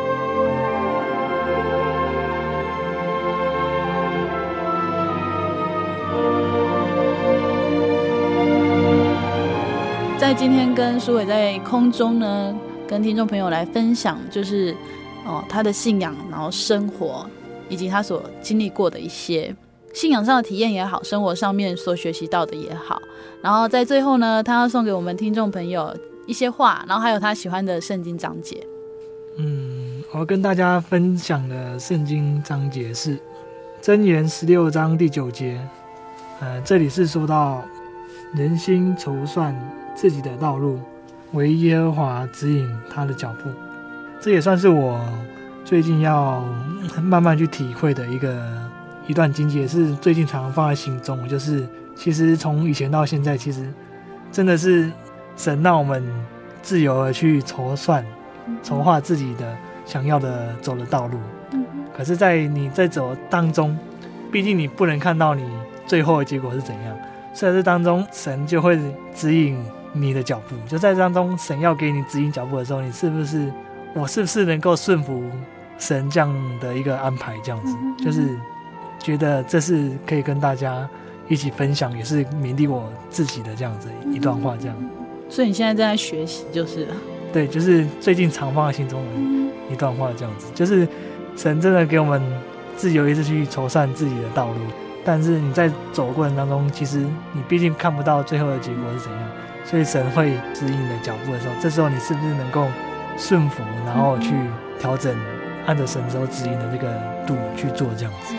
在今天跟书伟在空中呢，跟听众朋友来分享，就是哦他的信仰，然后生活，以及他所经历过的一些信仰上的体验也好，生活上面所学习到的也好。然后在最后呢，他要送给我们听众朋友一些话，然后还有他喜欢的圣经章节。 嗯，我要跟大家分享的圣经章节是箴言十六章第九节。呃，这里是说到人心筹算自己的道路，唯耶和华指引他的脚步。这也算是我最近要慢慢去体会的一个一段经节，是最近常常放在心中。就是其实从以前到现在，其实真的是神让我们自由的去筹算筹划自己的想要的走的道路。可是在你在走当中，毕竟你不能看到你最后的结果是怎样，所以在这当中神就会指引你的脚步。就在这当中神要给你指引脚步的时候，你是不是我是不是能够顺服神这样的一个安排，这样子就是觉得这是可以跟大家一起分享，也是勉励我自己的这样子一段话这样。 所以你现在正在学习就是了。 对，就是最近常放在心中的一段话这样子，就是神真的给我们自由意志去筹算自己的道路，但是你在走的过程当中，其实你毕竟看不到最后的结果是怎样，所以神会指引你的脚步的时候，这时候你是不是能够顺服，然后去调整按着神之后指引的这个度去做这样子。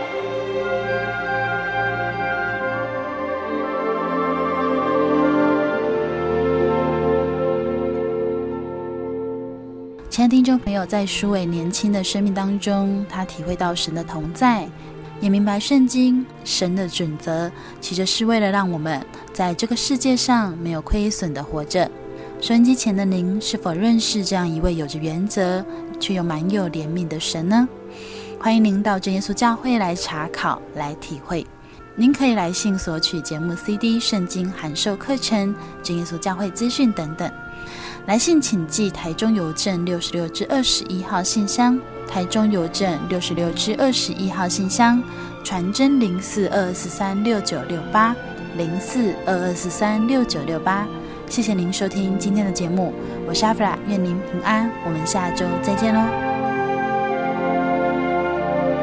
亲爱的听众朋友，在书伟年轻的生命当中，他体会到神的同在，也明白圣经神的准则，其实是为了让我们在这个世界上没有亏损的活着。收音机前的您，是否认识这样一位有着原则却又蛮有怜悯的神呢？欢迎您到真耶稣教会来查考来体会。您可以来信索取节目 C D、 圣经函授课程、真耶稣教会资讯等等。来信请寄台中邮政六十六至二十一号信箱，台中邮政六十六至二十一号信箱，传真零四二二四三六九六八零四二二四三六九六八。谢谢您收听今天的节目，我是阿弗拉，愿您平安，我们下周再见喽。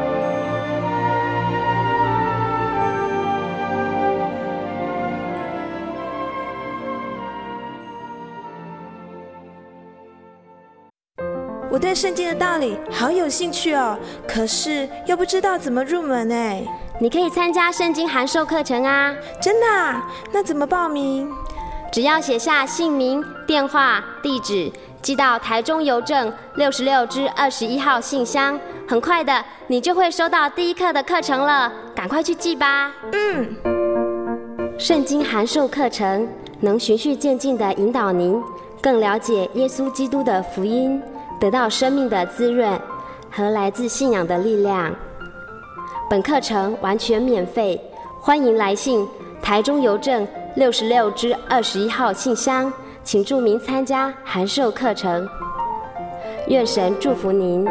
我对圣经的道理好有兴趣哦，可是又不知道怎么入门哎。 你可以参加圣经函授课程啊。 真的啊？那怎么报名？ 只要写下姓名、电话、地址，寄到台中邮政六十六支二十一号信箱，很快的你就会收到第一课的课程了，赶快去寄吧。 嗯。 圣经函授课程能循序渐进地引导您更了解耶稣基督的福音，得到生命的滋润和来自信仰的力量。本课程完全免费，欢迎来信台中邮政六十六支二十一号信箱，请注明参加函授课程。愿神祝福您。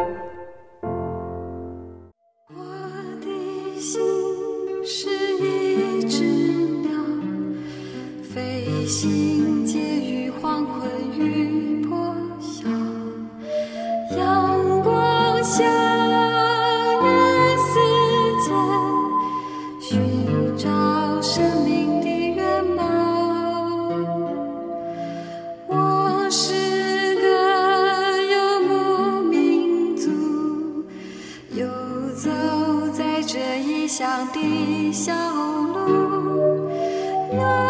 我的心是一只鸟，飞行介于黄昏与破晓，阳光下的小路。